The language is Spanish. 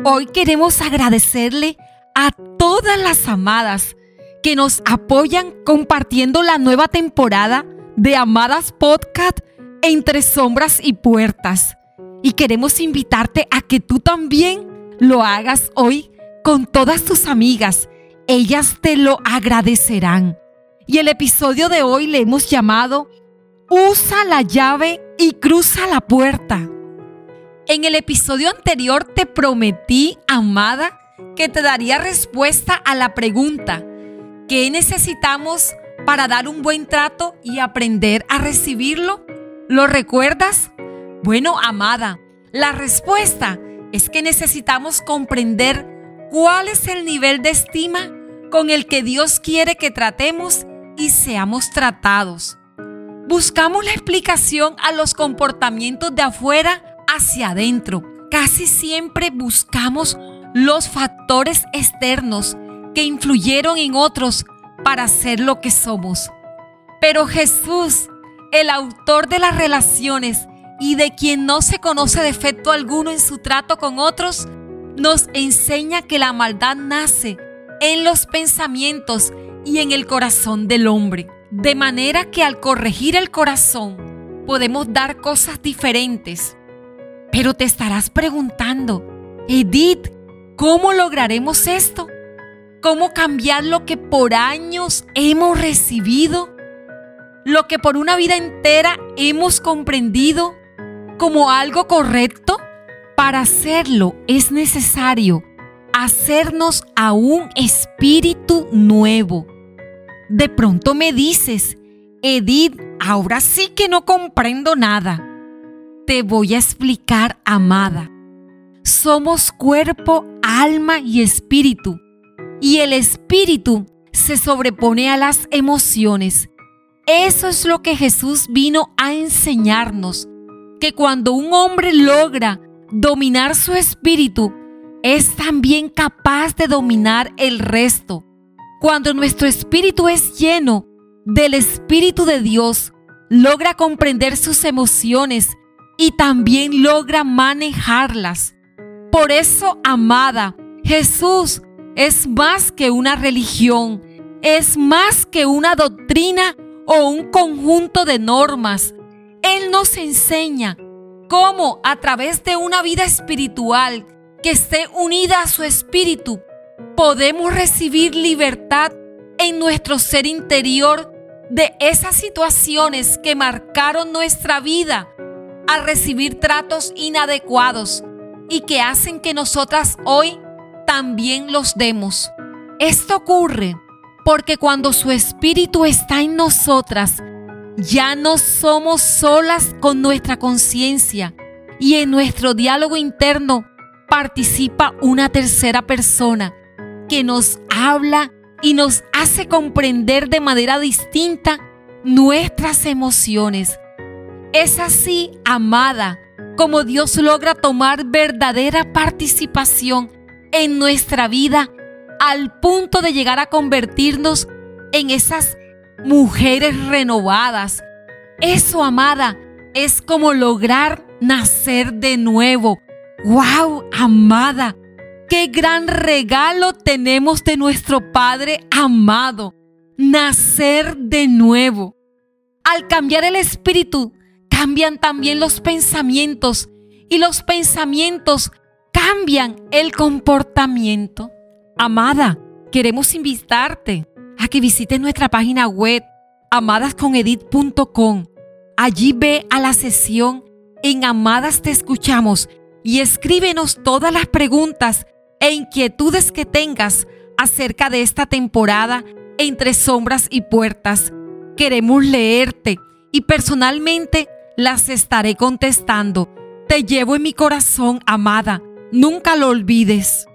Hoy queremos agradecerle a todas las amadas que nos apoyan compartiendo la nueva temporada de Amadas Podcast Entre Sombras y Puertas. Y queremos invitarte a que tú también lo hagas hoy con todas tus amigas. Ellas te lo agradecerán. Y el episodio de hoy le hemos llamado Usa la llave y cruza la puerta. En el episodio anterior te prometí, amada, que te daría respuesta a la pregunta: ¿qué necesitamos para dar un buen trato y aprender a recibirlo? ¿Lo recuerdas? Bueno, amada, la respuesta es que necesitamos comprender cuál es el nivel de estima con el que Dios quiere que tratemos y seamos tratados. Buscamos la explicación a los comportamientos de afuera hacia adentro. Casi siempre buscamos los factores externos que influyeron en otros para ser lo que somos. Pero Jesús, el autor de las relaciones y de quien no se conoce defecto alguno en su trato con otros, nos enseña que la maldad nace en los pensamientos y en el corazón del hombre. De manera que al corregir el corazón podemos dar cosas diferentes. Pero te estarás preguntando: Edith, ¿cómo lograremos esto? ¿Cómo cambiar lo que por años hemos recibido? ¿Lo que por una vida entera hemos comprendido como algo correcto? Para hacerlo es necesario hacernos a un espíritu nuevo. De pronto me dices: Edith, ahora sí que no comprendo nada. Te voy a explicar, amada. Somos cuerpo, alma y espíritu. Y el espíritu se sobrepone a las emociones. Eso es lo que Jesús vino a enseñarnos. Que cuando un hombre logra dominar su espíritu, es también capaz de dominar el resto. Cuando nuestro espíritu es lleno del Espíritu de Dios, logra comprender sus emociones y también logra manejarlas. Por eso, amada, Jesús es más que una religión, es más que una doctrina o un conjunto de normas. Él nos enseña cómo, a través de una vida espiritual que esté unida a su espíritu, podemos recibir libertad en nuestro ser interior de esas situaciones que marcaron nuestra vida al recibir tratos inadecuados y que hacen que nosotras hoy también los demos. Esto ocurre porque cuando su espíritu está en nosotras, ya no somos solas con nuestra conciencia y en nuestro diálogo interno participa una tercera persona que nos habla y nos hace comprender de manera distinta nuestras emociones. Es así, amada, como Dios logra tomar verdadera participación en nuestra vida al punto de llegar a convertirnos en esas mujeres renovadas. Eso, amada, es como lograr nacer de nuevo. ¡Wow, amada! ¡Qué gran regalo tenemos de nuestro Padre amado! Nacer de nuevo. Al cambiar el espíritu, cambian también los pensamientos y los pensamientos cambian el comportamiento. Amada, queremos invitarte a que visites nuestra página web amadasconedith.com. Allí ve a la sección en Amadas Te Escuchamos y escríbenos todas las preguntas e inquietudes que tengas acerca de esta temporada Entre Sombras y Puertas. Queremos leerte y personalmente las estaré contestando. Te llevo en mi corazón, amada. Nunca lo olvides.